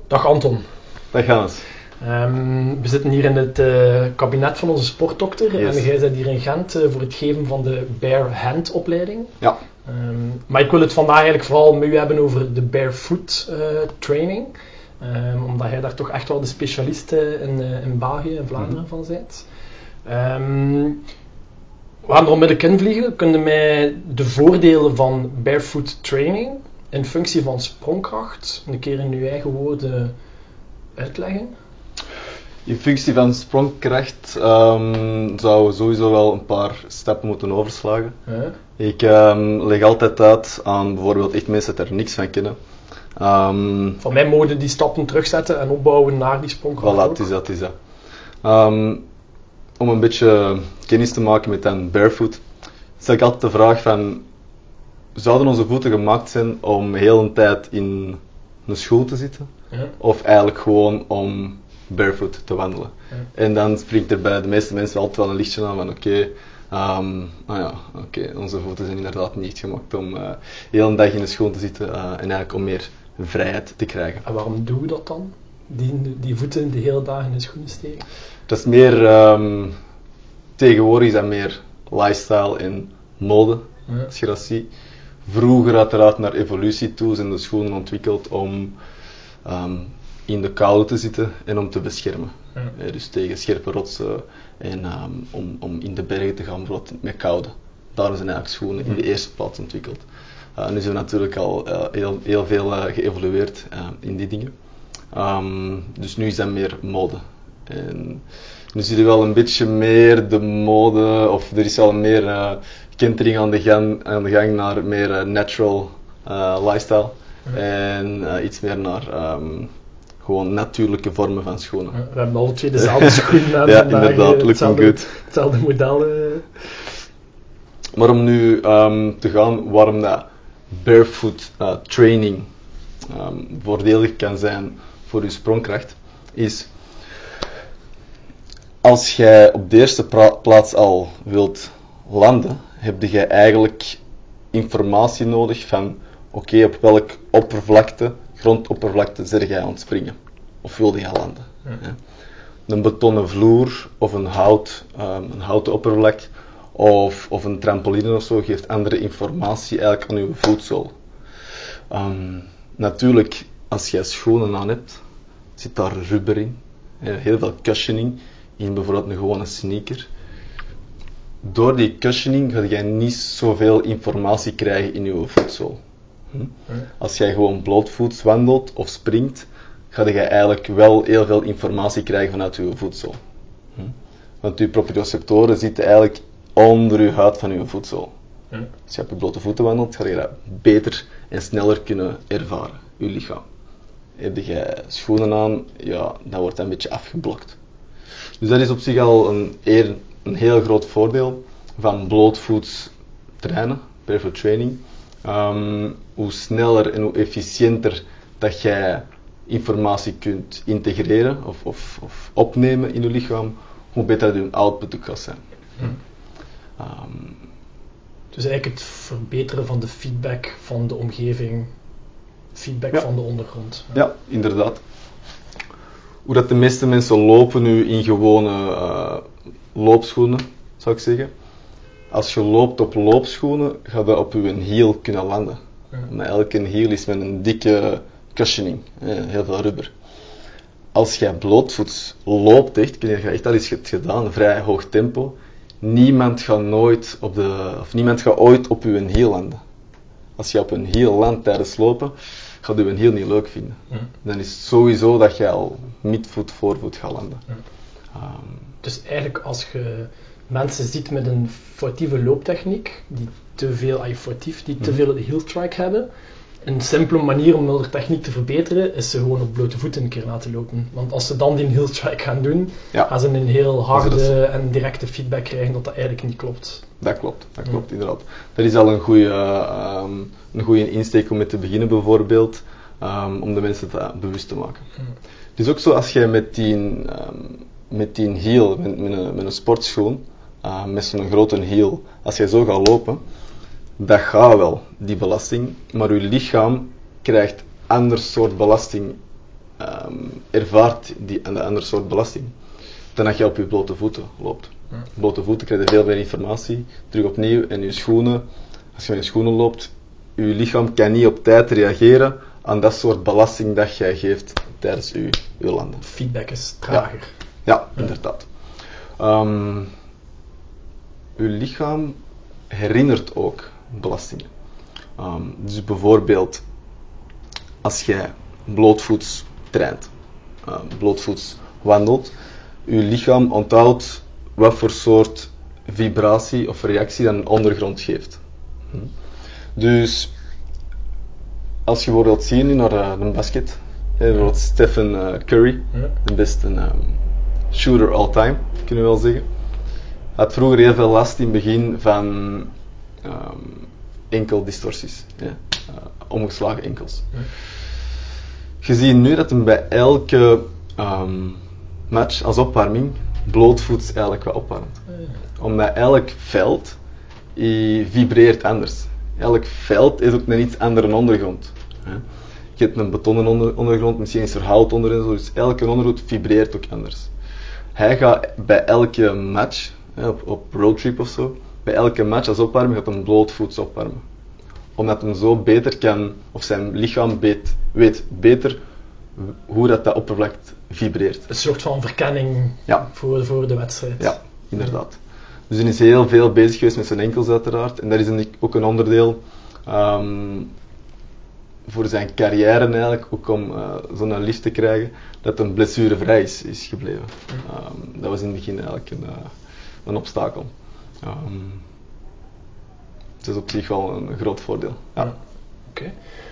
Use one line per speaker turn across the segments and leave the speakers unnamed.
Dag Anton.
Dag Hannes.
We zitten hier in het kabinet van onze sportdokter.
Yes.
En jij bent hier in Gent voor het geven van de Bare Hand opleiding.
Ja.
Maar ik wil het vandaag eigenlijk vooral met u hebben over de barefoot training. Omdat jij daar toch echt wel de specialist in België en Vlaanderen van bent. We gaan er onmiddellijk invliegen. Kun je mij de voordelen van barefoot training in functie van sprongkracht een keer in uw eigen woorden uitleggen?
In functie van sprongkracht zouden we sowieso wel een paar stappen moeten overslagen. Ik leg altijd uit aan bijvoorbeeld echt mensen dat er niks van kennen.
Van mij mogen die stappen terugzetten en opbouwen naar die sprongkracht.
Voilà, het is dat. Om een beetje kennis te maken met een barefoot, stel ik altijd de vraag van, zouden onze voeten gemaakt zijn om heel een tijd in een schoen te zitten?
Ja.
Of eigenlijk gewoon om barefoot te wandelen?
Ja.
En dan springt er bij de meeste mensen altijd wel een lichtje aan van oké, onze voeten zijn inderdaad niet gemaakt om heel een dag in een schoen te zitten en eigenlijk om meer vrijheid te krijgen.
En waarom doen we dat dan? Die voeten de hele dag in de schoenen steken?
Dat is meer, tegenwoordig is dat meer lifestyle en mode, als je dat ziet. Vroeger uiteraard naar evolutie toe zijn de schoenen ontwikkeld om in de koude te zitten en om te beschermen.
Ja.
Dus tegen scherpe rotsen en om in de bergen te gaan bijvoorbeeld met koude. Daarom zijn eigenlijk schoenen in de eerste plaats ontwikkeld. Nu zijn we natuurlijk al heel veel geëvolueerd in die dingen. Dus nu is dat meer mode. En nu zie je wel een beetje meer de mode, of er is wel meer kentering aan de gang naar meer natural lifestyle. En iets meer naar gewoon natuurlijke vormen van schoenen.
We hebben alle twee dezelfde schoenen aan.
Ja, inderdaad, looking good.
Hetzelfde model.
Maar om nu te gaan waarom dat barefoot training voordelig kan zijn voor je sprongkracht, is als jij op de eerste plaats al wilt landen, heb je eigenlijk informatie nodig van oké, op welk grondoppervlakte zit jij aan het springen of wilde jij landen. Ja. Een betonnen vloer of een houten oppervlak of een trampoline of zo geeft andere informatie eigenlijk aan je voetzool. Natuurlijk, als jij schoenen aan hebt, zit daar rubber in, heel veel cushioning in bijvoorbeeld een gewone sneaker. Door die cushioning ga jij niet zoveel informatie krijgen in je voetzool. Als jij gewoon blootvoets wandelt of springt, ga je eigenlijk wel heel veel informatie krijgen vanuit je voetzool. Want je proprioceptoren zitten eigenlijk onder je huid van je voetzool. Als je op je blote voeten wandelt, ga je dat beter en sneller kunnen ervaren, je lichaam. Heb je schoenen aan, ja, dan wordt dat een beetje afgeblokt. Dus dat is op zich al een heel groot voordeel van blootvoets trainen, barefoot training. Hoe sneller en hoe efficiënter dat jij informatie kunt integreren of opnemen in je lichaam, hoe beter je output ook gaat zijn.
Dus eigenlijk het verbeteren van de feedback van de omgeving, feedback van de ondergrond.
Ja, inderdaad. Hoe dat de meeste mensen lopen nu in gewone loopschoenen, zou ik zeggen. Als je loopt op loopschoenen, ga je op je heel kunnen landen. Maar elke heel is met een dikke cushioning, heel veel rubber. Als jij blootvoets loopt, echt, je echt al eens gedaan, vrij hoog tempo, niemand gaat ooit op je heel landen. Als je op een heel landt tijdens lopen, gaat je een heel niet leuk vinden. Dan is het sowieso dat je al midvoet, voorvoet gaat landen.
Dus eigenlijk als je mensen ziet met een foutieve looptechniek, die te veel heel strike hebben, een simpele manier om hun techniek te verbeteren, is ze gewoon op blote voeten een keer laten lopen. Want als ze dan die heel strike gaan doen, gaan ze een heel harde en directe feedback krijgen dat eigenlijk niet klopt.
Dat klopt inderdaad. Dat is al een goede insteek om mee te beginnen bijvoorbeeld, om de mensen bewust te maken. Het is ook zo als jij met die heel, met een sportschoen, met zo'n grote heel, als jij zo gaat lopen, dat gaat wel, die belasting, maar je lichaam krijgt ander soort belasting ervaart een andere soort belasting dan dat je op je blote voeten loopt. Op blote voeten krijg je veel meer informatie, terug opnieuw, en je schoenen, als je met je schoenen loopt, je lichaam kan niet op tijd reageren aan dat soort belasting dat jij geeft tijdens je landen.
Feedback is trager.
Ja, inderdaad. Je lichaam herinnert ook belastingen. Dus bijvoorbeeld, als jij blootvoets traint, blootvoets wandelt, je lichaam onthoudt wat voor soort vibratie of reactie dan een ondergrond geeft. Dus, als je bijvoorbeeld ziet nu naar een basket, bijvoorbeeld Stephen Curry, de beste shooter all time, kunnen we wel zeggen, had vroeger heel veel last in het begin van enkeldistorties, omgeslagen enkels. Je ziet nu dat hem bij elke match als opwarming blootvoets eigenlijk wat opwarmt. Omdat elk veld vibreert anders. Elk veld is ook een iets andere ondergrond. Je hebt een betonnen ondergrond, misschien is er hout onder en zo, dus elke ondergrond vibreert ook anders. Hij gaat bij elke match, op roadtrip of zo, bij elke match als opwarming gaat hem blootvoets opwarmen. Omdat hij zo beter kan, of zijn lichaam weet beter hoe dat oppervlak vibreert.
Een soort van verkenning voor de wedstrijd. Ja,
inderdaad. Dus hij is heel veel bezig geweest met zijn enkels uiteraard. En dat is ook een onderdeel voor zijn carrière eigenlijk, ook om zo'n lift te krijgen, dat een blessurevrij is gebleven. Dat was in het begin eigenlijk een obstakel. Het is op zich wel een groot voordeel. Ja.
Oké.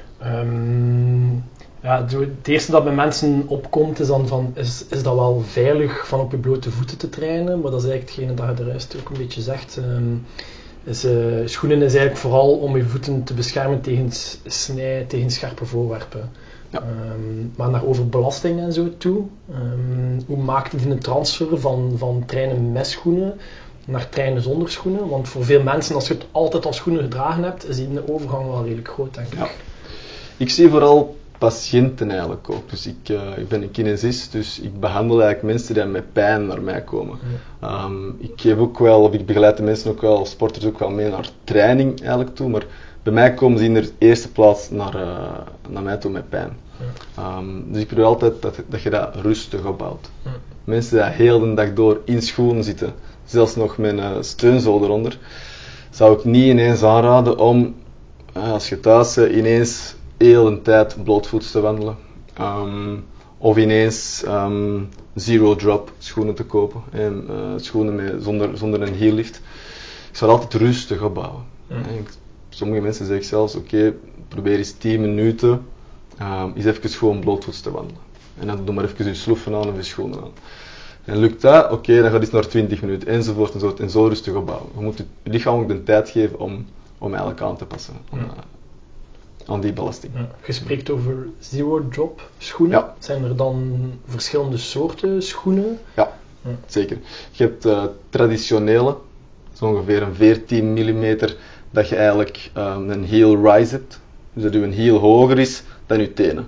Het eerste dat bij mensen opkomt is dan van, is dat wel veilig van op je blote voeten te trainen? Maar dat is eigenlijk hetgene dat je de rest ook een beetje zegt. Schoenen is eigenlijk vooral om je voeten te beschermen tegen snij, tegen scherpe voorwerpen.
Ja.
Maar naar over belasting en zo toe, hoe maakt het een transfer van trainen met schoenen naar trainen zonder schoenen? Want voor veel mensen, als je het altijd al schoenen gedragen hebt, is die overgang wel redelijk groot, denk ik.
Ja. Ik zie vooral patiënten eigenlijk ook. Dus ik ben een kinesist, dus ik behandel eigenlijk mensen die met pijn naar mij komen. Ik geef ook wel, of ik begeleid de mensen ook wel, sporters ook wel mee naar training eigenlijk toe, maar bij mij komen ze in de eerste plaats naar mij toe met pijn. Dus ik probeer altijd dat je dat rustig opbouwt. Mensen die heel de dag door in schoenen zitten, zelfs nog met een steunzool eronder, zou ik niet ineens aanraden om, als je thuis bent, ineens heel een tijd blootvoets te wandelen. Of ineens zero drop schoenen te kopen. Schoenen zonder een heel lift. Ik zou altijd rustig opbouwen. Sommige mensen zeggen zelfs, oké, probeer eens 10 minuten eens even gewoon blootvoets te wandelen. En dan doe maar even je sloefen aan of je schoenen aan. En lukt dat, oké, dan gaat het naar 20 minuten, enzovoort enzovoort. En zo rustig opbouwen. Je moet je lichaam ook de tijd geven om eigenlijk aan te passen. Aan die belasting.
Je spreekt over zero drop schoenen.
Ja.
Zijn er dan verschillende soorten schoenen?
Ja, zeker. Je hebt traditionele, dat is ongeveer een 14 mm, dat je eigenlijk een heel rise hebt. Dus dat je heel hoger is dan je tenen.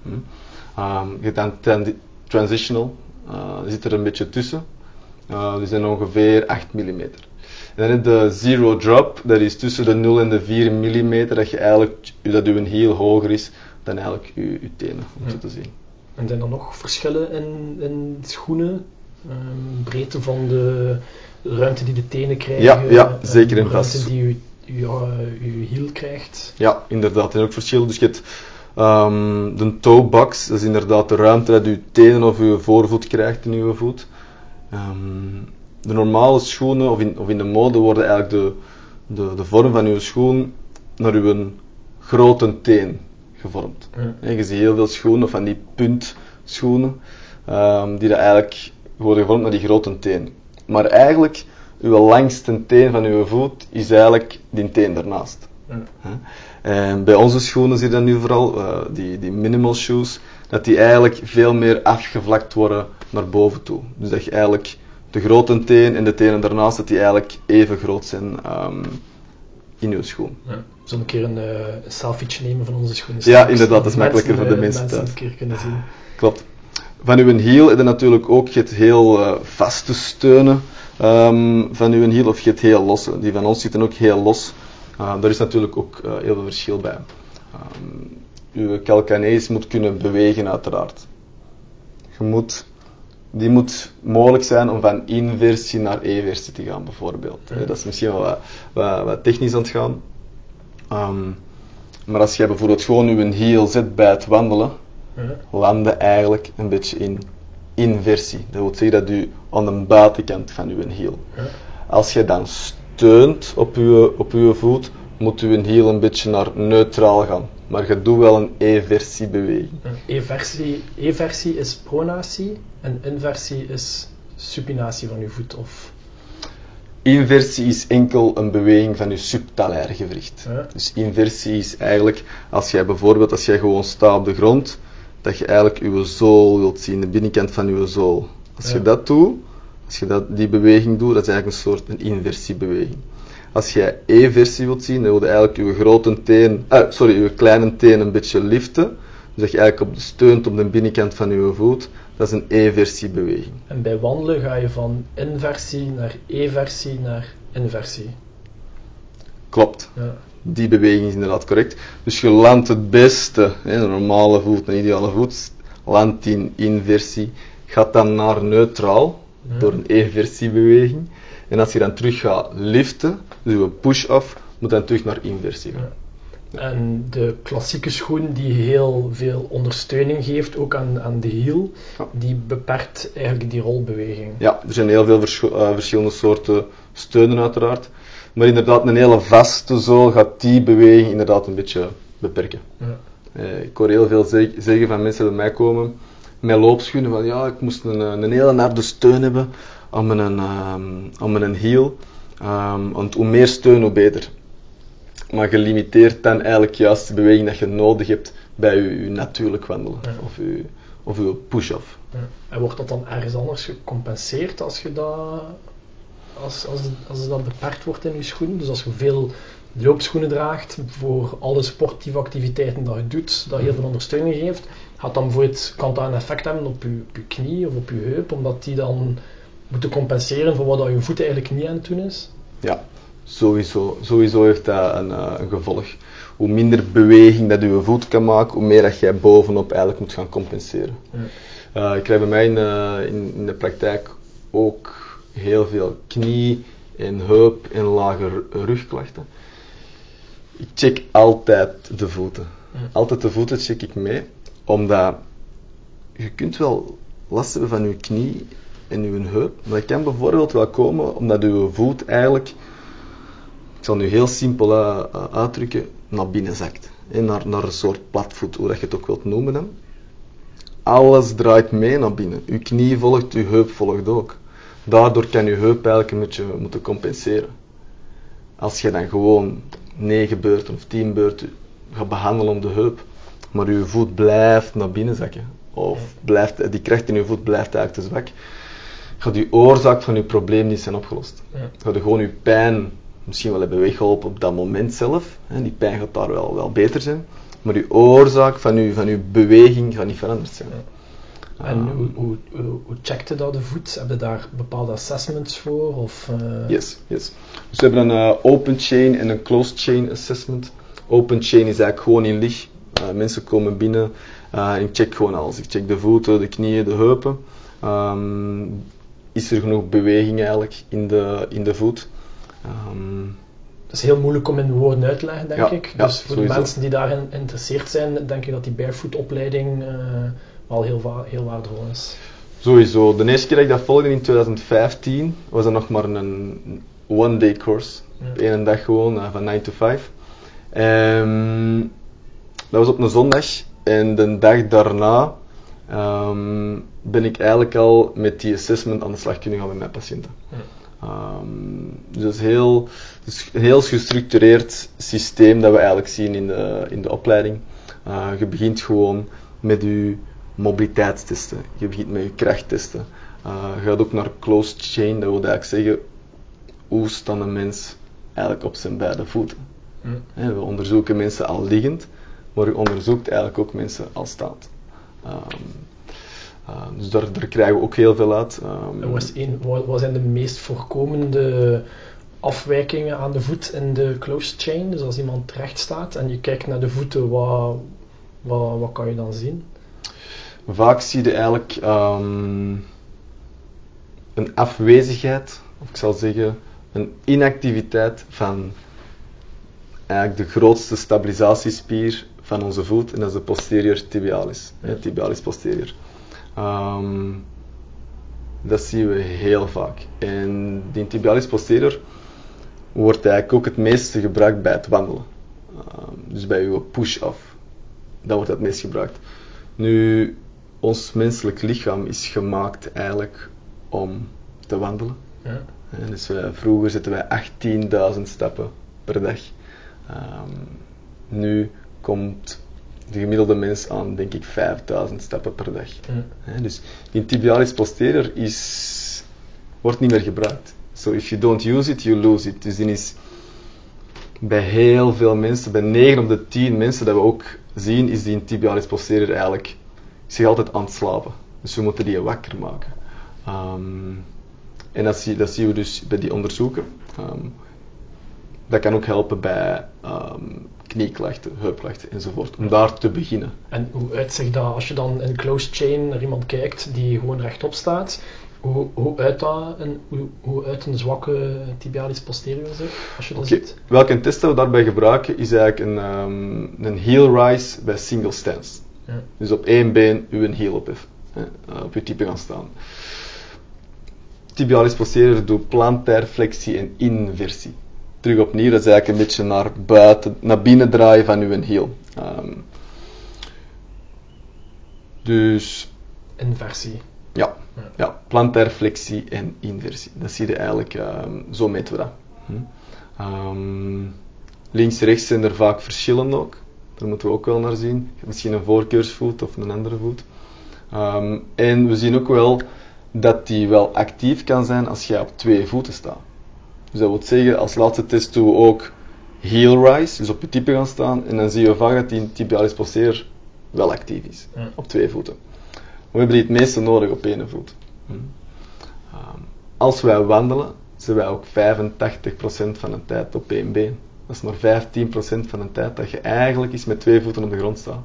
Je hebt dan transitional, die zit er een beetje tussen. Die zijn ongeveer 8 mm. En dan heb je de zero drop, dat is tussen de 0 en de 4 mm, dat je heel hoger is dan eigenlijk je tenen, om zo te zien.
En zijn er nog verschillen in schoenen? Breedte van de ruimte die de tenen krijgen?
Ja, zeker en vast.
De ruimte die je hiel krijgt? Ja,
inderdaad. Er zijn ook verschillen. Dus je hebt de toe box, dat is inderdaad de ruimte dat je tenen of je voorvoet krijgt in je voet. De normale schoenen, of in de mode, worden eigenlijk de vorm van je schoen naar je grote teen gevormd. Je ziet heel veel schoenen, of van die puntschoenen, die dat eigenlijk worden gevormd naar die grote teen. Maar eigenlijk, je langste teen van je voet is eigenlijk die teen daarnaast. En bij onze schoenen zie je dat nu vooral, die minimal shoes, dat die eigenlijk veel meer afgevlakt worden naar boven toe. Dus dat je eigenlijk de grote teen en de tenen daarnaast, dat die eigenlijk even groot zijn in je schoen.
zullen een keer een selfietje nemen van onze schoenen.
Ja, inderdaad, dat is makkelijker voor de mensen thuis.
Een keer kunnen zien.
Klopt. Van uw hiel heb je natuurlijk ook het heel vaste steunen van uw hiel, of het heel losse. Die van ons zitten ook heel los. Daar is natuurlijk ook heel veel verschil bij. Uw calcaneus moet kunnen bewegen, uiteraard. Die moet mogelijk zijn om van inversie naar eversie te gaan, bijvoorbeeld. Dat is misschien wel wat technisch aan het gaan. Maar als jij bijvoorbeeld gewoon uw hiel zet bij het wandelen, landen eigenlijk een beetje in inversie. Dat wil zeggen dat u aan de buitenkant van uw hiel. Als je dan steunt op uw voet, moet uw hiel een beetje naar neutraal gaan. Maar je doet wel een eversiebeweging.
Eversie is pronatie en inversie is supinatie van uw voet. Of...
Inversie is enkel een beweging van je subtalair gewricht. Dus inversie is eigenlijk, als jij gewoon staat op de grond, dat je eigenlijk je zool wilt zien, de binnenkant van je zool. Als je dat doet, die beweging doet, dat is eigenlijk een soort een inversiebeweging. Als jij eversie wilt zien, dan wil je eigenlijk je kleine teen een beetje liften. Dus dat je eigenlijk steunt op de binnenkant van je voet. Dat is een eversiebeweging.
En bij wandelen ga je van inversie naar eversie naar inversie.
Klopt. Ja. Die beweging is inderdaad correct. Dus je landt het beste, een normale voet, een ideale voet, landt in inversie, gaat dan naar neutraal, door een eversiebeweging. En als je dan terug gaat liften, dus een push-off, moet dan terug naar inversie gaan.
Ja. En de klassieke schoen die heel veel ondersteuning geeft, ook aan de hiel, die beperkt eigenlijk die rolbeweging.
Ja, er zijn heel veel verschillende soorten steunen uiteraard. Maar inderdaad, een hele vaste zool gaat die beweging inderdaad een beetje beperken. Ja. Ik hoor heel veel zeggen van mensen die bij mij komen met loopschoenen van ja, ik moest een hele harde steun hebben aan mijn hiel. Want hoe meer steun, hoe beter. Maar je limiteert dan eigenlijk juist de beweging dat je nodig hebt bij je natuurlijk wandelen. Ja. Of je push-off.
Ja. En wordt dat dan ergens anders gecompenseerd als je dat... Als dat beperkt wordt in je schoen, dus als je veel loopschoenen draagt voor alle sportieve activiteiten dat je doet, dat heel veel ondersteuning geeft, kan dat een effect hebben op je knie of op je heup, omdat die dan moeten compenseren voor wat je voet eigenlijk niet aan het doen is?
Ja, sowieso heeft dat een gevolg. Hoe minder beweging dat je voet kan maken, hoe meer dat jij bovenop eigenlijk moet gaan compenseren. Ja. Ik krijg bij mij in de praktijk ook heel veel knie- en heup- en lage rugklachten. Ik check altijd de voeten. Altijd de voeten check ik mee, omdat je kunt wel last hebben van je knie en je heup, maar dat kan bijvoorbeeld wel komen omdat je voet eigenlijk, ik zal nu heel simpel uitdrukken, naar binnen zakt. Naar een soort platvoet, hoe dat je het ook wilt noemen dan. Alles draait mee naar binnen. Je knie volgt, je heup volgt ook. Daardoor kan je heup eigenlijk een beetje moeten compenseren. Als je dan gewoon 9 beurten of 10 beurten gaat behandelen om de heup, maar je voet blijft naar binnen zakken, of die kracht in je voet blijft eigenlijk te zwak, gaat je oorzaak van je probleem niet zijn opgelost. Gaat je gewoon je pijn misschien wel hebben weggeholpen op dat moment zelf, die pijn gaat daar wel beter zijn, maar je oorzaak van je beweging gaat niet veranderd zijn.
En hoe checkte dat de voet? Heb je daar bepaalde assessments voor? Of,
Yes. Dus we hebben een open chain en een closed chain assessment. Open chain is eigenlijk gewoon in licht. Mensen komen binnen en ik check gewoon alles. Ik check de voeten, de knieën, de heupen. Is er genoeg beweging eigenlijk in de voet?
Het is heel moeilijk om in woorden uit te leggen, denk ik. Dus voor
sowieso.
de mensen die daarin geïnteresseerd zijn, denk ik dat die barefoot opleiding wel heel waardevol is. Sowieso.
De eerste keer dat ik dat volgde in 2015 was dat nog maar een one-day course. Ja. Eén dag gewoon, van 9 to 5. Dat was op een zondag en de dag daarna ben ik eigenlijk al met die assessment aan de slag kunnen gaan met mijn patiënten. Ja. Dus dat is een heel gestructureerd systeem dat we eigenlijk zien in de opleiding. Je begint gewoon met je mobiliteitstesten, je begint met je krachttesten. Je gaat ook naar closed chain, dat wil eigenlijk zeggen hoe staat een mens eigenlijk op zijn beide voeten. We onderzoeken mensen al liggend, maar je onderzoekt eigenlijk ook mensen al staand. Dus daar krijgen we ook heel veel uit.
Wat zijn de meest voorkomende afwijkingen aan de voet in de closed chain? Dus als iemand recht staat en je kijkt naar de voeten, wat kan je dan zien?
Vaak zie je eigenlijk een afwezigheid, of ik zal zeggen een inactiviteit van eigenlijk de grootste stabilisatiespier van onze voet, en dat is de posterior tibialis, tibialis posterior. Dat zien we heel vaak. En die tibialis posterior wordt eigenlijk ook het meeste gebruikt bij het wandelen. Dus bij uw push-off. Dat wordt het meest gebruikt. Nu, ons menselijk lichaam is gemaakt eigenlijk om te wandelen. Ja. Dus vroeger zetten wij 18.000 stappen per dag. Nu komt de gemiddelde mens aan, denk ik, 5.000 stappen per dag. Dus die tibialis posterior wordt niet meer gebruikt. So if you don't use it, you lose it. Dus die is bij heel veel mensen, bij 9 op de 10 mensen dat we ook zien, is die tibialis posterior eigenlijk zich altijd aan het slapen. Dus we moeten die wakker maken. En dat zien we dus bij die onderzoeken. Dat kan ook helpen bij knieklachten, heupklachten enzovoort, om daar te beginnen.
En hoe uitzicht dat als je dan in closed chain naar iemand kijkt die gewoon rechtop staat? Hoe uit een zwakke tibialis posterior zich, als je dat ziet?
Welke test dat we daarbij gebruiken is eigenlijk een heel rise bij single stance. Ja. Dus op één been uw heel opheffen, op je type gaan staan. Tibialis posterior doet plantairflexie en inversie. Terug opnieuw, dat is eigenlijk een beetje naar binnen draaien van uw heel. Dus...
Inversie.
Ja, plantairflexie en inversie. Dat zie je eigenlijk, zo meten we dat. Links-rechts zijn er vaak verschillen ook. Daar moeten we ook wel naar zien. Misschien een voorkeursvoet of een andere voet. En we zien ook wel dat die wel actief kan zijn als je op 2 voeten staat. Dus dat wil zeggen, als laatste test doen we ook heel rise, dus op je type gaan staan, en dan zien we vaak dat die tibialis posterior wel actief is, op 2 voeten. We hebben die het meeste nodig op 1 voet. Als wij wandelen, zijn wij ook 85% van de tijd op 1 been. Dat is maar 15% van de tijd dat je eigenlijk eens met 2 voeten op de grond staat.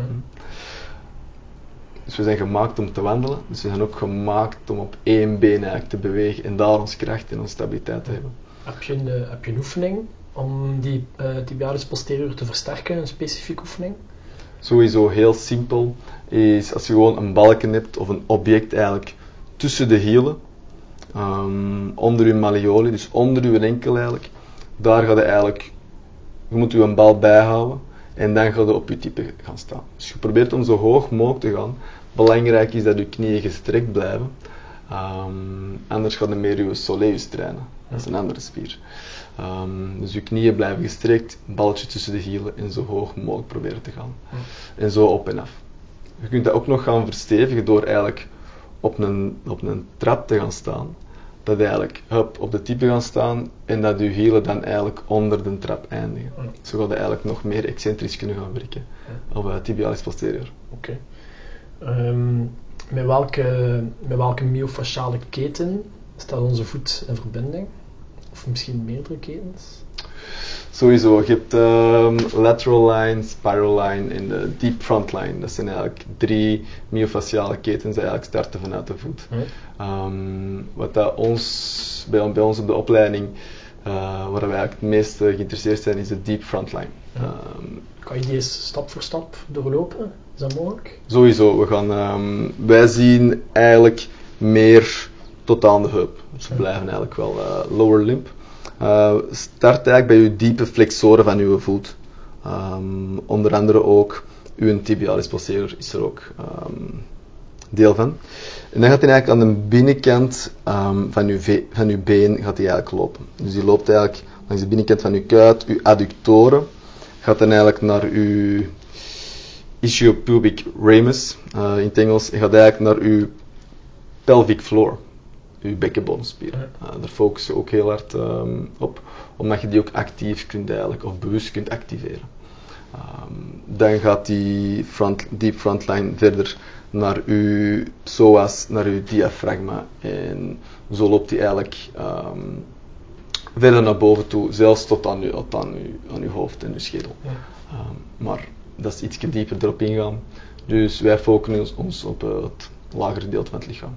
Dus we zijn gemaakt om te wandelen, dus we zijn ook gemaakt om op 1 been eigenlijk te bewegen en daar onze kracht en onze stabiliteit te hebben.
Heb je een oefening om die tibialis posterior te versterken, een specifieke oefening?
Sowieso heel simpel is als je gewoon een balken hebt of een object eigenlijk tussen de hielen, onder je malleoli, dus onder je enkel eigenlijk, daar ga je eigenlijk, je moet je een bal bijhouden en dan ga je op je type gaan staan. Dus je probeert om zo hoog mogelijk te gaan. Belangrijk is dat je knieën gestrekt blijven, anders ga je meer je soleus trainen, dat is een andere spier. Dus je knieën blijven gestrekt, balletje tussen de hielen en zo hoog mogelijk proberen te gaan. En zo op en af. Je kunt dat ook nog gaan verstevigen door eigenlijk op een trap te gaan staan. Dat eigenlijk op de type gaan staan en dat je hielen dan eigenlijk onder de trap eindigen. Zo gaat je eigenlijk nog meer excentrisch kunnen gaan werken. Of tibialis posterior.
Oké. Met welke myofasciale keten staat onze voet in verbinding? Of misschien meerdere ketens?
Sowieso, je hebt lateral line, spiral line en de deep front line. Dat zijn eigenlijk 3 myofasciale ketens die eigenlijk starten vanuit de voet. Wat dat bij ons op de opleiding, waar we eigenlijk het meest geïnteresseerd zijn, is de deep front line.
Kan je die eens stap voor stap doorlopen? Is dat mogelijk?
Sowieso. Wij zien eigenlijk meer tot aan de heup. Dus we blijven eigenlijk wel lower limb. Start eigenlijk bij uw diepe flexoren van uw voet. Onder andere ook uw tibialis posterior is er ook deel van. En dan gaat hij eigenlijk aan de binnenkant van uw been gaat hij eigenlijk lopen. Dus die loopt eigenlijk langs de binnenkant van uw kuit, uw adductoren. Gaat dan eigenlijk naar uw ischiopubic ramus in het Engels. En gaat eigenlijk naar uw pelvic floor. je bekkenbodemspieren. Daar focussen we ook heel hard op, omdat je die ook actief kunt eigenlijk, of bewust kunt activeren. Dan gaat die deep frontline verder naar uw psoas, naar uw diafragma en zo loopt die eigenlijk verder naar boven toe, zelfs tot aan uw hoofd en uw schedel. Maar dat is iets dieper erop ingaan. Dus wij focussen ons op het lagere deel van het lichaam.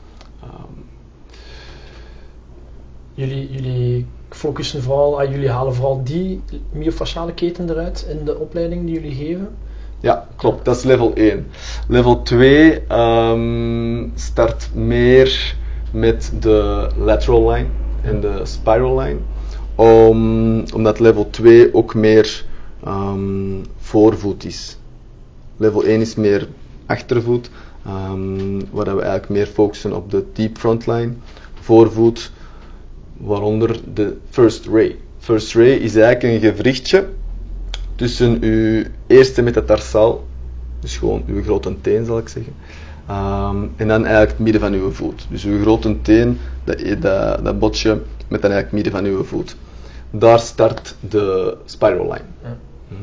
Jullie focussen vooral, jullie halen vooral die myofasciale keten eruit in de opleiding die jullie geven?
Ja, klopt. Dat is level 1. Level 2 start meer met de lateral line en de spiral line. Omdat level 2 ook meer voorvoet is. Level 1 is meer achtervoet, waar we eigenlijk meer focussen op de deep frontline, voorvoet, waaronder de first ray. First ray is eigenlijk een gewrichtje tussen uw eerste metatarsaal, dus gewoon uw grote teen zal ik zeggen, en dan eigenlijk het midden van uw voet. Dus uw grote teen, dat botje met dan eigenlijk het midden van uw voet. Daar start de spiral line.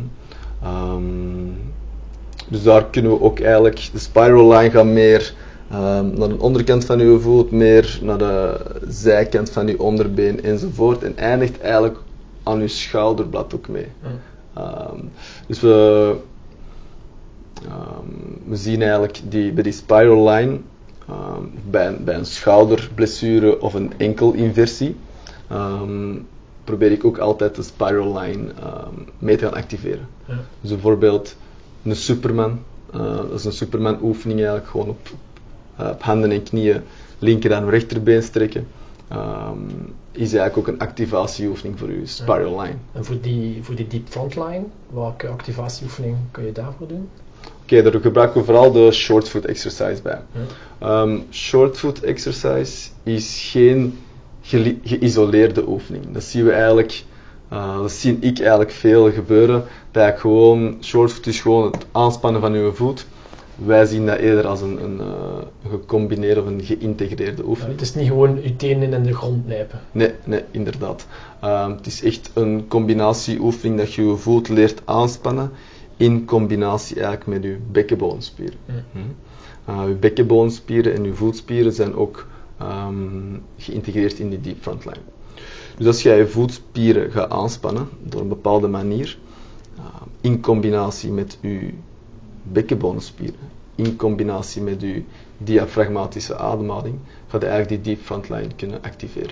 Dus daar kunnen we ook eigenlijk, de spiral line gaat meer naar de onderkant van uw voet, meer naar de zijkant van uw onderbeen enzovoort. En eindigt eigenlijk aan uw schouderblad ook mee. Dus we zien eigenlijk bij die spiral line, bij een schouderblessure of een enkelinversie, probeer ik ook altijd de spiral line mee te gaan activeren. Dus bijvoorbeeld een Superman, dat is een Superman oefening eigenlijk, gewoon op handen en knieën linker en rechterbeen strekken. Is eigenlijk ook een activatieoefening voor je spiral line.
En voor die deep frontline, welke activatieoefening kun je daarvoor doen?
Oké, daar gebruiken we vooral de short foot exercise bij. Short foot exercise is geen geïsoleerde oefening. Dat zien we eigenlijk, dat zie ik eigenlijk veel gebeuren. Dat gewoon, short foot is gewoon het aanspannen van uw voet. Wij zien dat eerder als een gecombineerde of een geïntegreerde oefening.
Het is niet gewoon je tenen in de grond nijpen.
Nee, inderdaad. Het is echt een combinatieoefening dat je je voet leert aanspannen in combinatie eigenlijk met je bekkenbodemspieren. Je bekkenbodemspieren en je voetspieren zijn ook geïntegreerd in die deep frontline. Dus als jij je voetspieren gaat aanspannen door een bepaalde manier, in combinatie met je bekkenbodemspieren, in combinatie met je diafragmatische ademhaling, gaat je eigenlijk die deep frontline kunnen activeren.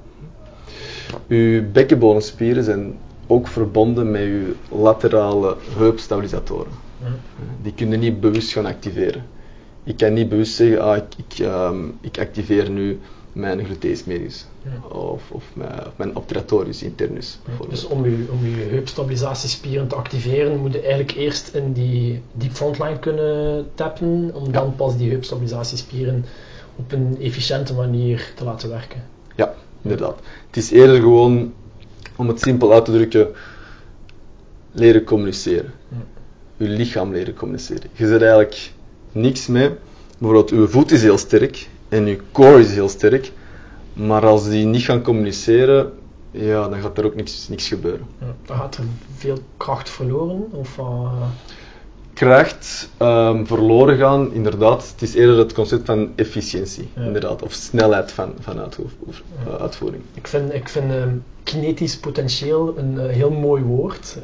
Je bekkenbodemspieren zijn ook verbonden met je laterale heupstabilisatoren. Die kunnen niet bewust gaan activeren. Ik kan niet bewust zeggen, ik activeer nu mijn gluteus medius of mijn obturatorius internus.
Dus om je heupstabilisatiespieren te activeren, moet je eigenlijk eerst in die deep frontline kunnen tappen, om dan pas die heupstabilisatiespieren op een efficiënte manier te laten werken.
Ja, inderdaad. Het is eerder gewoon, om het simpel uit te drukken, leren communiceren. Je lichaam leren communiceren. Je zet eigenlijk niks mee. Bijvoorbeeld, uw voet is heel sterk en uw core is heel sterk, maar als die niet gaan communiceren, ja, dan gaat er ook niks gebeuren.
Dan gaat er veel kracht verloren? Of,
Kracht verloren gaan, inderdaad. Het is eerder het concept van efficiëntie, inderdaad, of snelheid van uitvoering.
Ik vind kinetisch potentieel een heel mooi woord.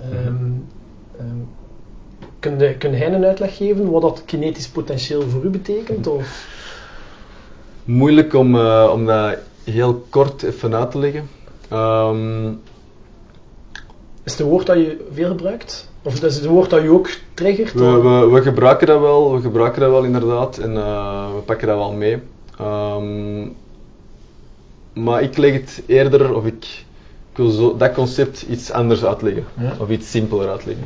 Kun jij een uitleg geven wat dat kinetisch potentieel voor u betekent? Of?
Moeilijk om dat heel kort even uit te leggen.
Is het een woord dat je veel gebruikt? Of is het een woord dat je ook triggert?
We gebruiken dat wel inderdaad en we pakken dat wel mee. Maar ik leg het eerder, of ik wil dat concept iets anders uitleggen, of iets simpeler uitleggen.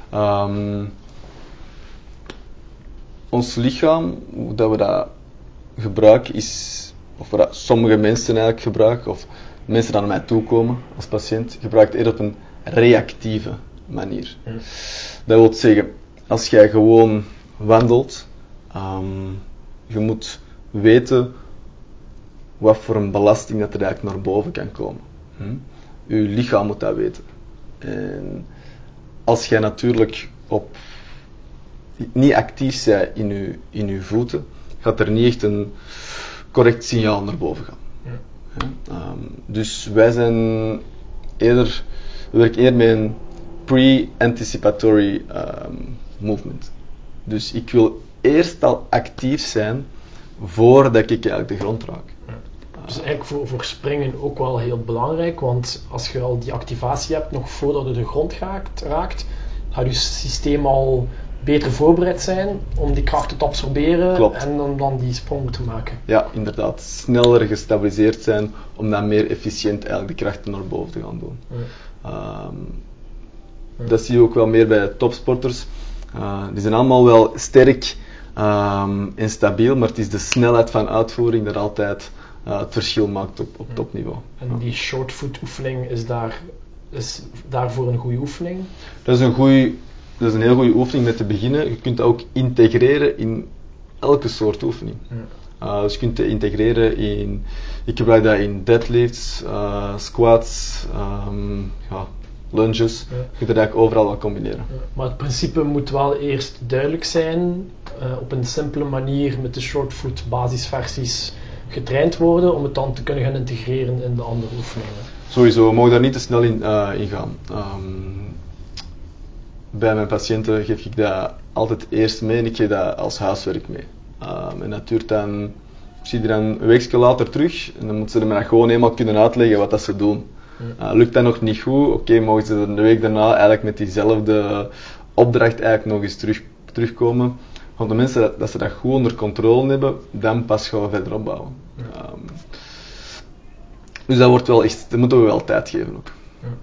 Ons lichaam, hoe dat we dat gebruiken, of wat sommige mensen eigenlijk gebruiken, of mensen die naar mij toe komen als patiënt, gebruikt eerder op een reactieve manier. Dat wil zeggen, als jij gewoon wandelt, je moet weten wat voor een belasting dat er eigenlijk naar boven kan komen. Uw lichaam moet dat weten. En als jij natuurlijk niet actief bent in uw voeten, gaat er niet echt een correct signaal naar boven gaan. Dus wij werken eerder met een pre-anticipatory movement. Dus ik wil eerst al actief zijn voordat ik eigenlijk de grond raak.
Dus eigenlijk voor springen ook wel heel belangrijk, want als je al die activatie hebt nog voordat je de grond raakt, gaat je systeem al beter voorbereid zijn om die krachten te absorberen. Klopt. En om dan die sprong te maken.
Ja, inderdaad. Sneller gestabiliseerd zijn om dan meer efficiënt eigenlijk de krachten naar boven te gaan doen. Dat zie je ook wel meer bij topsporters. Die zijn allemaal wel sterk en stabiel, maar het is de snelheid van uitvoering dat altijd het verschil maakt op topniveau.
En die shortfoot oefening is daarvoor een goede oefening?
Dat is een heel goede oefening met te beginnen. Je kunt dat ook integreren in elke soort oefening. Dus je kunt het integreren ik gebruik dat in deadlifts, squats, lunges. Je kunt het eigenlijk overal wel combineren.
Maar het principe moet wel eerst duidelijk zijn, op een simpele manier met de shortfoot basisversies getraind worden, om het dan te kunnen gaan integreren in de andere oefeningen.
Sowieso, we mogen daar niet te snel in gaan. Bij mijn patiënten geef ik dat altijd eerst mee en ik geef dat als huiswerk mee. En dat duurt dan, ik zie die dan een weekje later terug en dan moeten ze me gewoon helemaal kunnen uitleggen wat dat ze doen. Lukt dat nog niet goed, oké, mogen ze de week daarna eigenlijk met diezelfde opdracht eigenlijk nog eens terugkomen. Want de mensen dat ze dat goed onder controle hebben, dan pas gaan we verder opbouwen. Dus dat moeten we wel tijd geven ook.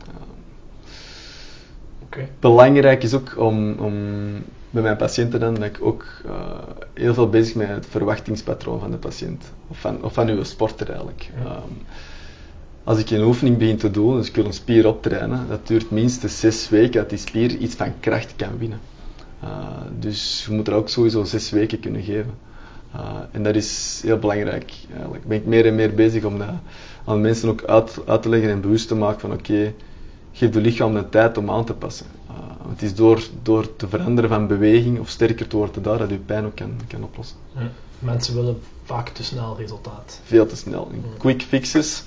Belangrijk is ook om bij mijn patiënten dan, dat ik ook heel veel bezig ben met het verwachtingspatroon van de patiënt. Of van uw sporter eigenlijk. Als ik een oefening begin te doen, dus ik wil een spier optrainen, dat duurt minstens 6 weken dat die spier iets van kracht kan winnen. Dus je moet er ook sowieso 6 weken kunnen geven. En dat is heel belangrijk. Eigenlijk ben ik meer en meer bezig om dat aan mensen ook uit te leggen en bewust te maken van oké, geef je lichaam de tijd om aan te passen. Het is door te veranderen van beweging of sterker te worden daar dat je pijn ook kan oplossen.
Mensen willen vaak te snel resultaat.
Veel te snel. Quick fixes.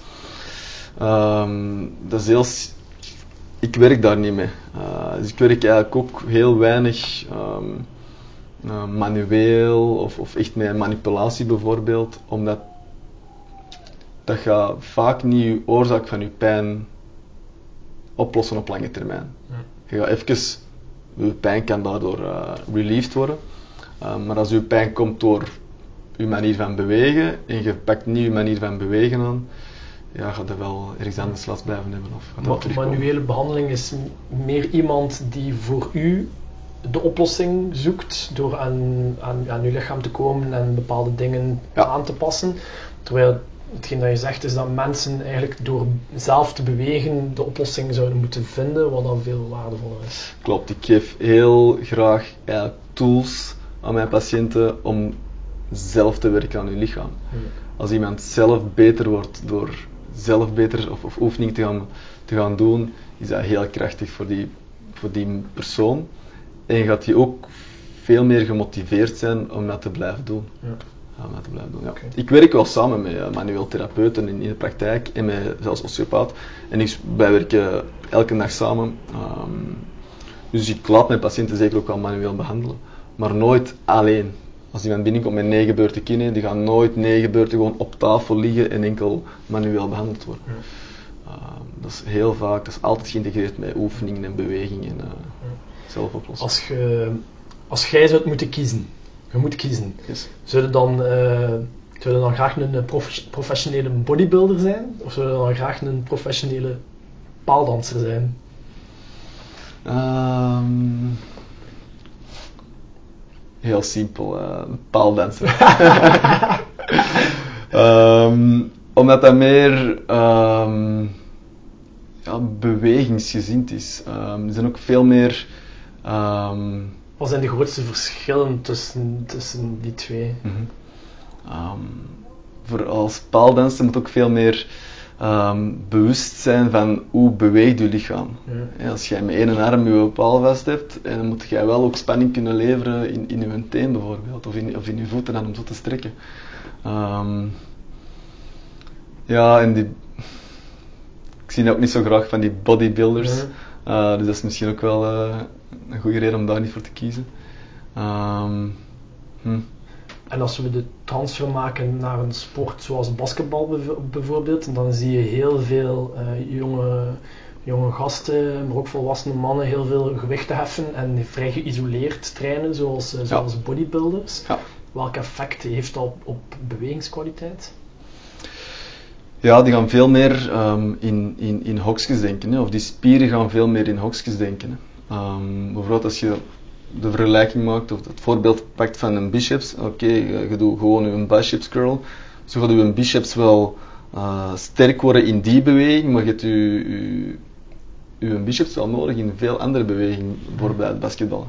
Dat is heel... Ik werk daar niet mee. Dus ik werk eigenlijk ook heel weinig manueel of echt met manipulatie bijvoorbeeld, omdat dat gaat vaak niet je oorzaak van je pijn oplossen op lange termijn. Je gaat even, je pijn kan daardoor relieved worden, maar als je pijn komt door je manier van bewegen en je pakt niet je manier van bewegen aan, ja, gaat er wel ergens anders last blijven hebben. Of
manuele behandeling is meer iemand die voor u de oplossing zoekt door aan uw lichaam te komen en bepaalde dingen aan te passen. Terwijl hetgeen dat je zegt is dat mensen eigenlijk door zelf te bewegen de oplossing zouden moeten vinden, wat dan veel waardevoller is.
Klopt, ik geef heel graag tools aan mijn patiënten om zelf te werken aan hun lichaam. Als iemand zelf beter wordt door zelf beter of oefening te gaan doen, is dat heel krachtig voor die persoon. En gaat hij ook veel meer gemotiveerd zijn om dat te blijven doen. Okay. Ik werk wel samen met manueel therapeuten in de praktijk en met zelfs osteopaat. En wij werken elke dag samen. Dus ik laat mijn patiënten zeker ook wel manueel behandelen. Maar nooit alleen. Als iemand binnenkomt met 9 beurten kine, die gaan nooit 9 beurten gewoon op tafel liggen en enkel manueel behandeld worden. Dat is heel vaak, dat is altijd geïntegreerd met oefeningen en bewegingen en zelf oplossen.
Als jij zou moeten kiezen, je moet kiezen,
yes.
Zou je dan graag een professionele bodybuilder zijn? Of zou je dan graag een professionele paaldanser zijn?
Heel simpel, paaldanser. Omdat dat meer bewegingsgezind is. Er zijn ook veel meer...
Wat zijn de grootste verschillen tussen die twee?
voor als paaldanser moet ook veel meer bewust zijn van hoe beweegt je lichaam. Ja, als jij met één arm je paal vast hebt, dan moet jij wel ook spanning kunnen leveren in je teen bijvoorbeeld, of in je voeten om zo te strekken. Ja, en ik zie ook niet zo graag van die bodybuilders, dus dat is misschien ook wel een goede reden om daar niet voor te kiezen.
En als we de transfer maken naar een sport zoals basketbal bijvoorbeeld, dan zie je heel veel jonge gasten, maar ook volwassene mannen, heel veel gewichten heffen en vrij geïsoleerd trainen, zoals bodybuilders.
Ja.
Welk effect heeft dat op bewegingskwaliteit?
Ja, die gaan veel meer in hokjes denken, hè. Of die spieren gaan veel meer in hokjes denken. Hè. Bijvoorbeeld als je de vergelijking maakt, of het voorbeeld pakt van een biceps, je doet gewoon een biceps curl, zo gaat je biceps wel sterk worden in die beweging, maar je hebt je biceps wel nodig in veel andere bewegingen, bijvoorbeeld bij het basketballen.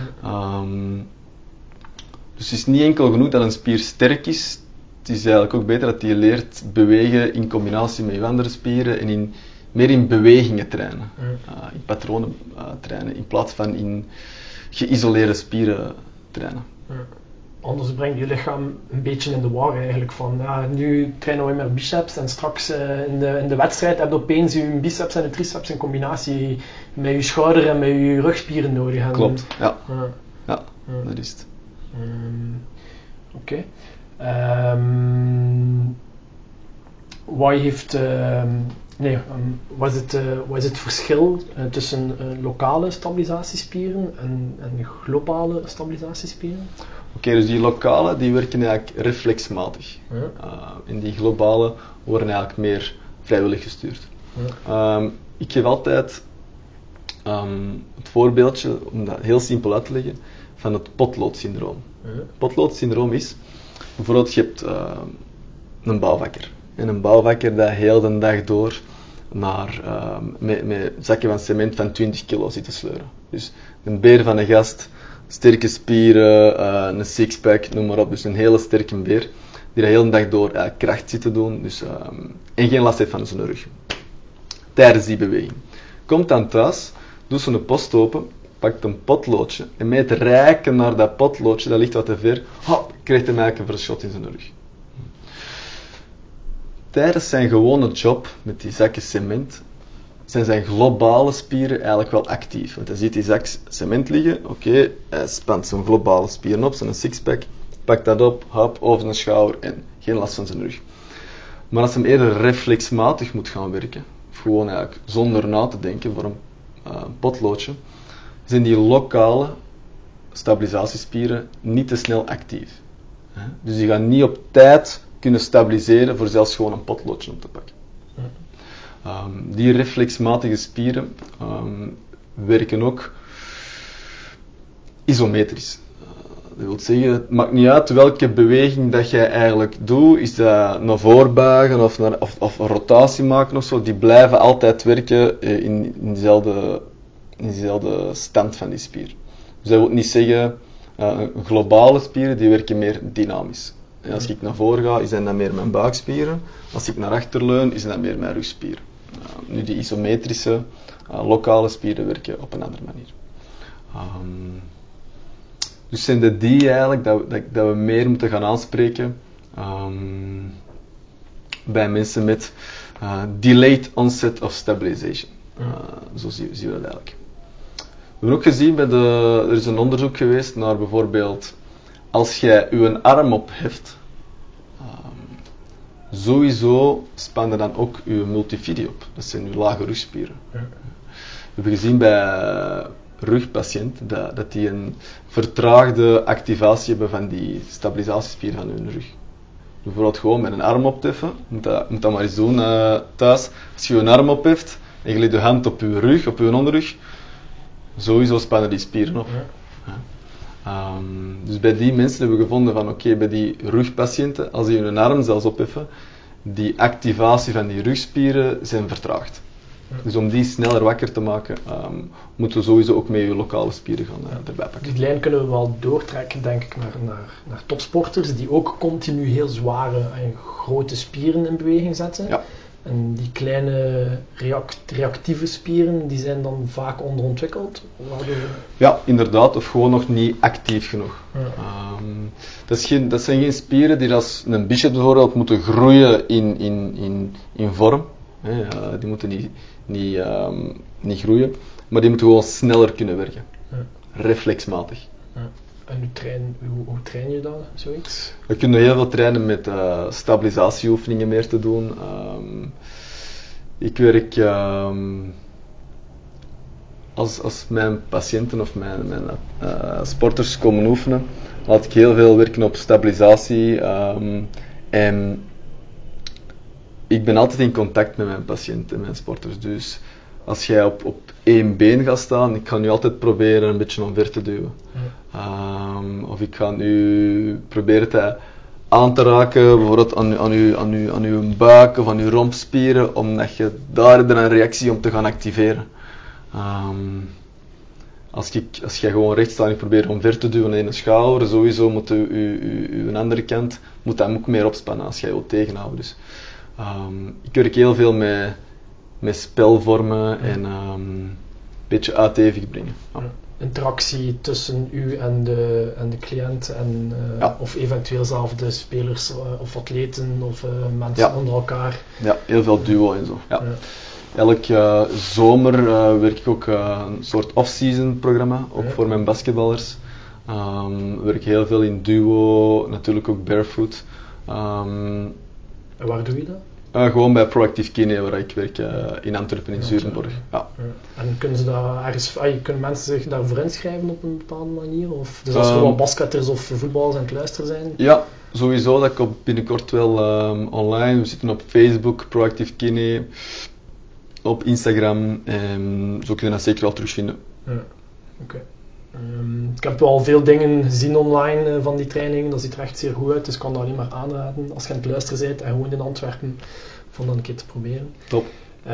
Dus het is niet enkel genoeg dat een spier sterk is, het is eigenlijk ook beter dat je leert bewegen in combinatie met je andere spieren en meer in bewegingen trainen, in patronen trainen, in plaats van in geïsoleerde spieren trainen.
Anders brengt je lichaam een beetje in de war eigenlijk van, nu trainen we met biceps en straks in de wedstrijd heb je opeens je biceps en de triceps in combinatie met je schouder en met je rugspieren nodig.
Klopt, ja. Dat is het.
Oké. Wat is het verschil tussen lokale stabilisatiespieren en globale stabilisatiespieren?
Dus die lokale die werken eigenlijk reflexmatig. En die globale worden eigenlijk meer vrijwillig gestuurd. Ik geef altijd het voorbeeldje, om dat heel simpel uit te leggen, van het potloodsyndroom. Het potloodsyndroom is, bijvoorbeeld je hebt een bouwvakker. En een bouwvakker dat heel de dag door met zakken van cement van 20 kilo zit te sleuren. Dus een beer van een gast, sterke spieren, een sixpack, noem maar op. Dus een hele sterke beer, die de hele dag door kracht zit te doen. Dus, en geen last heeft van zijn rug. Tijdens die beweging. Komt dan thuis, doet zo'n post open, pakt een potloodje en met het reiken naar dat potloodje, dat ligt wat te ver, krijgt hij eigenlijk een verschot in zijn rug. Tijdens zijn gewone job met die zakken cement zijn zijn globale spieren eigenlijk wel actief. Want hij ziet die zak cement liggen, hij spant zijn globale spieren op, zijn sixpack, pakt dat op, hop, over zijn schouder en geen last van zijn rug. Maar als hij eerder reflexmatig moet gaan werken, of gewoon eigenlijk zonder na te denken voor een potloodje, zijn die lokale stabilisatiespieren niet te snel actief. Dus die gaan niet op tijd kunnen stabiliseren voor zelfs gewoon een potloodje op te pakken. Die reflexmatige spieren werken ook isometrisch. Dat wil zeggen, het maakt niet uit welke beweging dat jij eigenlijk doet, is dat naar voren buigen of een rotatie maken of zo, die blijven altijd werken in diezelfde stand van die spier. Dus dat wil niet zeggen, globale spieren die werken meer dynamisch. En als ik naar voren ga, is dat meer mijn buikspieren. Als ik naar achter leun, is dat meer mijn rugspieren. Nu die isometrische, lokale spieren werken op een andere manier. Dus zijn het die eigenlijk dat we meer moeten gaan aanspreken bij mensen met delayed onset of stabilization. Zo zien we dat eigenlijk. We hebben ook gezien, er is een onderzoek geweest naar bijvoorbeeld als jij je arm opheft, sowieso span je dan ook je multifidi op. Dat zijn je lage rugspieren. We hebben gezien bij rugpatiënten dat die een vertraagde activatie hebben van die stabilisatiespieren van hun rug. Bijvoorbeeld gewoon met een arm opteffen, moet dat maar eens doen thuis. Als je een arm opheft en je legt je hand op je rug, op je onderrug, sowieso spannen die spieren op. Dus bij die mensen hebben we gevonden van bij die rugpatiënten, als die hun arm zelfs opheffen, die activatie van die rugspieren zijn vertraagd. Dus om die sneller wakker te maken, moeten we sowieso ook met je lokale spieren gaan erbij pakken.
Die lijn kunnen we wel doortrekken, denk ik, naar topsporters die ook continu heel zware en grote spieren in beweging zetten.
Ja.
En die kleine reactieve spieren, die zijn dan vaak onderontwikkeld.
Ja, inderdaad, of gewoon nog niet actief genoeg. Dat zijn geen spieren die als een bicep bijvoorbeeld moeten groeien in vorm. Die moeten niet groeien, maar die moeten gewoon sneller kunnen werken. Reflexmatig.
En hoe train je dan zoiets?
We kunnen heel veel trainen met stabilisatieoefeningen meer te doen. Ik werk als mijn patiënten of mijn sporters komen oefenen, laat ik heel veel werken op stabilisatie. En ik ben altijd in contact met mijn patiënten en mijn sporters. Dus als jij op één been gaat staan, ik ga nu altijd proberen een beetje omver te duwen. Of ik ga nu proberen te aan te raken, bijvoorbeeld aan uw buik of aan uw rompspieren, omdat je daar een reactie om te gaan activeren. Als jij gewoon recht staat en je probeert omver te duwen in een schouder, sowieso moet uw andere kant moet hem ook meer opspannen als jij wilt tegenhouden. Dus, ik werk heel veel met spelvormen en een beetje uit evenwicht brengen. Ja.
Interactie tussen u en de cliënt en, of eventueel zelf de spelers of atleten of mensen onder elkaar.
Ja, heel veel duo en zo. Ja. Elke zomer werk ik ook een soort off-season programma, ook voor mijn basketballers. Werk heel veel in duo, natuurlijk ook barefoot.
En waar doe je dat?
Gewoon bij Proactive Kine, waar ik werk in Antwerpen, in Zurenborg. Ja.
En kunnen ze daar ergens, kunnen mensen zich daarvoor inschrijven op een bepaalde manier? Of, dus als er wel basketters of voetballers aan het luisteren zijn?
Ja, sowieso. Dat komt binnenkort wel online. We zitten op Facebook, Proactive Kine, op Instagram. Zo kun je dat zeker wel terugvinden.
Oké. Ik heb wel veel dingen gezien online van die training, dat ziet er echt zeer goed uit, dus ik kan dat alleen maar aanraden als je aan het luisteren bent en gewoon in Antwerpen, om dat een keer te proberen.
Top.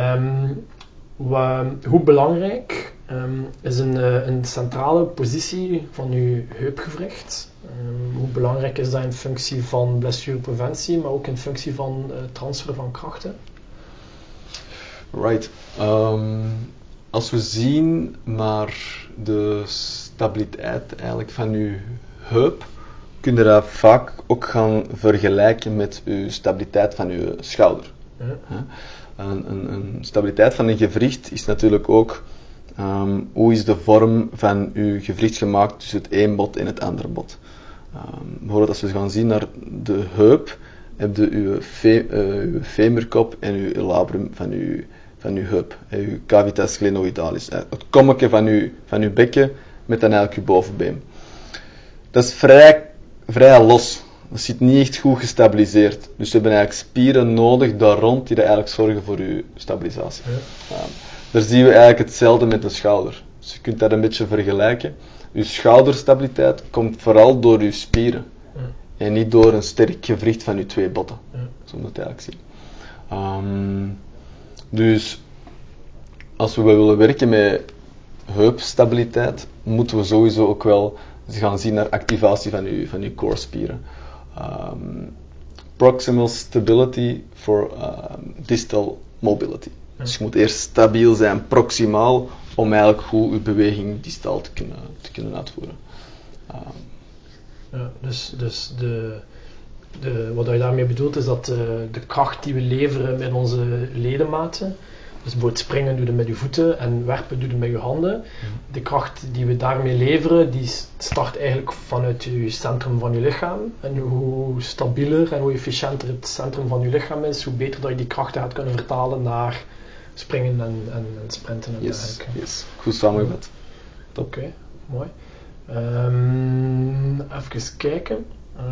Hoe belangrijk is een centrale positie van je heupgewricht? Hoe belangrijk is dat in functie van blessurepreventie, maar ook in functie van transfer van krachten?
Right. Als we zien naar de stabiliteit eigenlijk van uw heup, kun je dat vaak ook gaan vergelijken met uw stabiliteit van uw schouder. Een stabiliteit van een gewricht is natuurlijk ook hoe is de vorm van uw gewricht gemaakt tussen het een bot en het andere bot. Bijvoorbeeld als we gaan zien naar de heup, heb je uw femurkop en uw labrum van uw heup, uw cavitas glenoidalis, het kommetje van uw bekken met dan eigenlijk uw bovenbeen. Dat is vrij los, dat zit niet echt goed gestabiliseerd, dus we hebben eigenlijk spieren nodig daar rond die eigenlijk zorgen voor uw stabilisatie. Daar zien we eigenlijk hetzelfde met de schouder, dus je kunt dat een beetje vergelijken. Uw schouderstabiliteit komt vooral door uw spieren en niet door een sterk gewricht van uw twee botten, zo moet je eigenlijk zien. Dus als we willen werken met heupstabiliteit, moeten we sowieso ook wel gaan zien naar activatie van uw core spieren. Proximal stability for distal mobility. Dus je moet eerst stabiel zijn proximaal om eigenlijk goed je beweging distaal te kunnen uitvoeren.
Dus wat je daarmee bedoelt is dat de kracht die we leveren met onze ledematen, dus bijvoorbeeld springen doe je met je voeten en werpen doe je met je handen. De kracht die we daarmee leveren, die start eigenlijk vanuit je centrum van je lichaam. En hoe stabieler en hoe efficiënter het centrum van je lichaam is, hoe beter dat je die krachten gaat kunnen vertalen naar springen en sprinten en dergelijke.
Yes, goed samengevat.
Oké, mooi. Even kijken.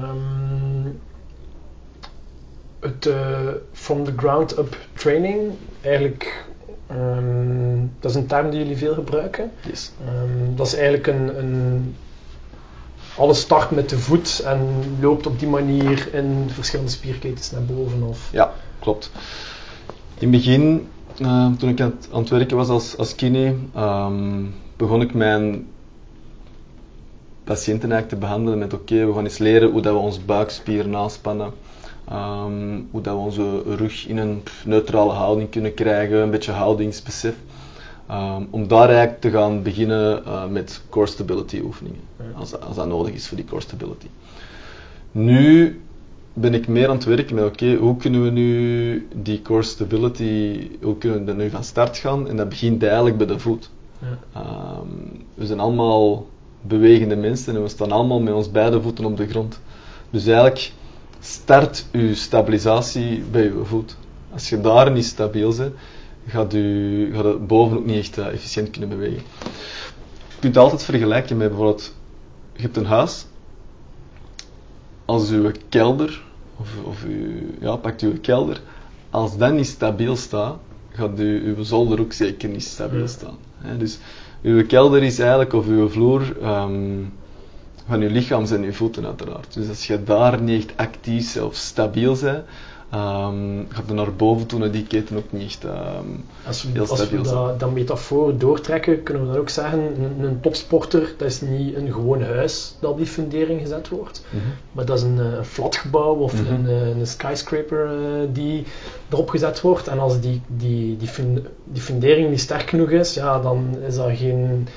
Het from the ground up training, eigenlijk, dat is een term die jullie veel gebruiken.
Yes.
Dat is eigenlijk alles start met de voet en loopt op die manier in verschillende spierketens naar boven. Of?
Ja, klopt. In het begin Toen ik aan het werken was als kine, begon ik mijn patiënten eigenlijk te behandelen met we gaan eens leren hoe dat we onze buikspieren aanspannen, hoe dat we onze rug in een neutrale houding kunnen krijgen, een beetje houdingsbesef. Om daar eigenlijk te gaan beginnen met core stability oefeningen, als dat nodig is voor die core stability. Nu ben ik meer aan het werken met hoe kunnen we nu die core stability, hoe kunnen we er nu van start gaan? En dat begint eigenlijk bij de voet. We zijn allemaal bewegende mensen en we staan allemaal met ons beide voeten op de grond. Dus eigenlijk start je stabilisatie bij je voet. Als je daar niet stabiel bent, gaat het boven ook niet echt efficiënt kunnen bewegen. Je kunt altijd vergelijken met bijvoorbeeld, je hebt een huis. Als uw kelder, pakt uw kelder, als dat niet stabiel staat, gaat uw zolder ook zeker niet stabiel staan. Dus uw kelder is eigenlijk, of uw vloer, van uw lichaam zijn uw voeten uiteraard. Dus als je daar niet echt actief of stabiel bent, gaat je naar boven toe naar die keten ook niet echt heel stabiel zijn.
Als we dat metafoor doortrekken, kunnen we dan ook zeggen, een topsporter, dat is niet een gewoon huis dat op die fundering gezet wordt, maar dat is een flatgebouw of een skyscraper die erop gezet wordt. En als die fundering niet sterk genoeg is, ja, dan is dat geen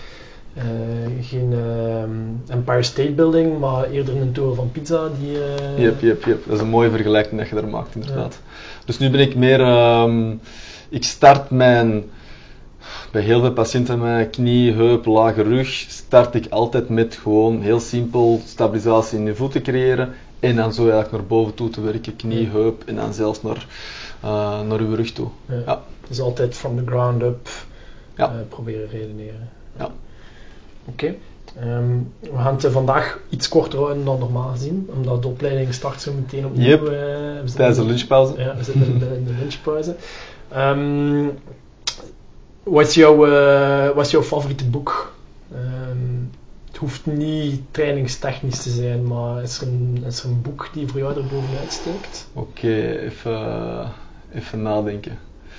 Empire State Building, maar eerder een toren van Pizza.
Yep. Dat is een mooie vergelijking dat je daar maakt, inderdaad. Ja. Dus nu ben ik meer... ik start bij heel veel patiënten met knie, heup, lage rug, start ik altijd met gewoon heel simpel stabilisatie in je voeten creëren en dan zo eigenlijk naar boven toe te werken, knie, heup en dan zelfs naar uw rug toe. Ja.
Dus altijd from the ground up proberen redeneren.
Ja.
Oké. We gaan het vandaag iets korter houden dan normaal gezien, omdat de opleiding start zo meteen opnieuw.
Yep. Tijdens de lunchpauze.
Ja, we zitten in de lunchpauze. Wat is jouw favoriete boek? Het hoeft niet trainingstechnisch te zijn, maar is er een boek die voor jou er bovenuit steekt?
Oké, even nadenken.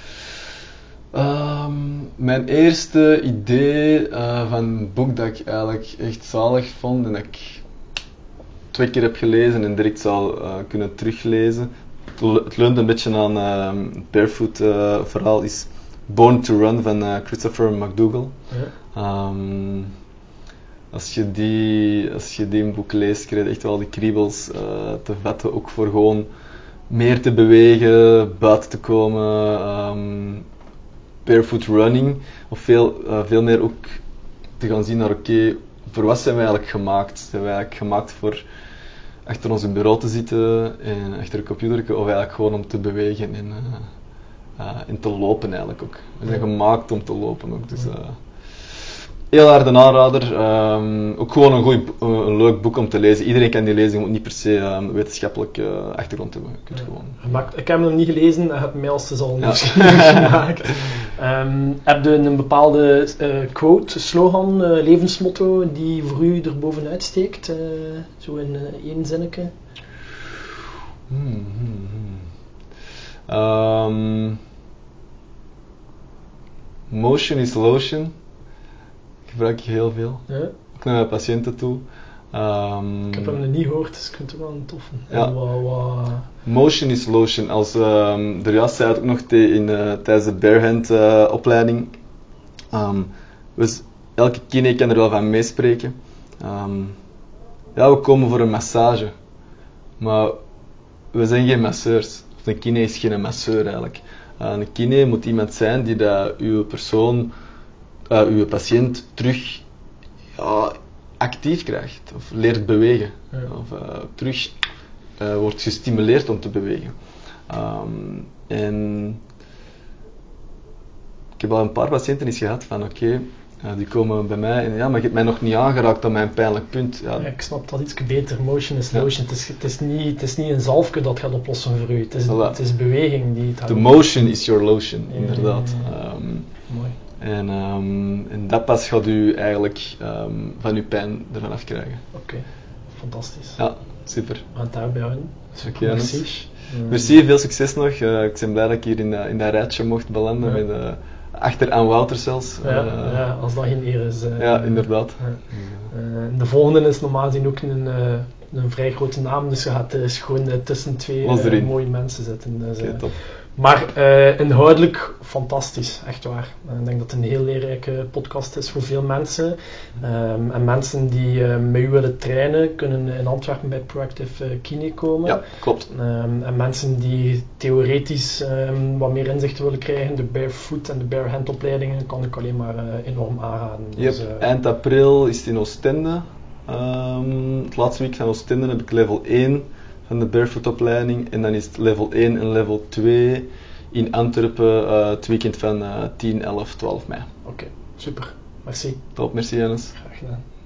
Mijn eerste idee van een boek dat ik eigenlijk echt zalig vond en dat ik 2 keer heb gelezen en direct zou kunnen teruglezen. Het leunt een beetje aan het barefoot verhaal, is Born to Run van Christopher McDougall. Ja. Als je die boek leest, krijg je echt wel die kriebels te vatten, ook voor gewoon meer te bewegen, buiten te komen. Barefoot running, of veel meer ook te gaan zien naar voor wat zijn wij eigenlijk gemaakt? Zijn wij eigenlijk gemaakt voor achter ons bureau te zitten en achter een computer, of eigenlijk gewoon om te bewegen en te lopen eigenlijk ook. We zijn gemaakt om te lopen ook, dus heel hard een aanrader. Ook gewoon een leuk boek om te lezen. Iedereen kan die lezen, je moet niet per se wetenschappelijke achtergrond hebben. Je kunt gewoon...
Ik heb hem nog niet gelezen, hij heeft mij als ze al nieuwsgierig gemaakt. Heb je een bepaalde quote, slogan, levensmotto die voor u er bovenuit steekt? Zo in 1 zinnetje?
Motion is lotion. Gebruik ik heel veel.
Ja?
Ook naar mijn patiënten toe.
Ik heb hem nog niet gehoord, dus ik vind het wel een toffe.
Ja. Motion is lotion. Als de juist zei het ook nog tijdens de barehand opleiding. Elke kine kan er wel van meespreken. We komen voor een massage. Maar we zijn geen masseurs. Een kine is geen masseur eigenlijk. Een kine moet iemand zijn die uw patiënt terug actief krijgt of leert bewegen. Ja. Of terug wordt gestimuleerd om te bewegen. En ik heb al een paar patiënten eens gehad van die komen bij mij en maar je hebt mij nog niet aangeraakt aan mijn pijnlijk punt. Ja.
Ja, ik snap dat iets beter. Motion is lotion. Het is niet een zalfje dat gaat oplossen voor u. Het is beweging die het
houdt. The motion is your lotion, inderdaad.
Mooi.
En dat pas gaat u eigenlijk van uw pijn ervan afkrijgen.
Oké, fantastisch.
Ja, super.
We gaan het daarbij houden.
Merci. Merci, veel succes nog. Ik ben blij dat ik hier in dat rijtje mocht belanden, met, achter aan Wouter zelfs.
Ja, als dat geen eer is.
Ja, inderdaad.
De volgende is normaal gezien ook een vrij grote naam, dus je gaat gewoon tussen twee mooie mensen zitten. Dus,
okay, top.
Maar inhoudelijk fantastisch, echt waar. Ik denk dat het een heel leerrijke podcast is voor veel mensen. En mensen die met u willen trainen, kunnen in Antwerpen bij Proactive Kine komen.
Ja, klopt.
En mensen die theoretisch wat meer inzicht willen krijgen, de Barefoot en de Bare Hand opleidingen, kan ik alleen maar enorm aanraden. Dus,
eind april is het in Oostende. Het laatste week van Oostende heb ik level 1 van de Barefoot opleiding en dan is het level 1 en level 2 in Antwerpen het weekend van 10, 11, 12 mei.
Oké, super. Merci.
Top, merci Jannes.
Graag gedaan.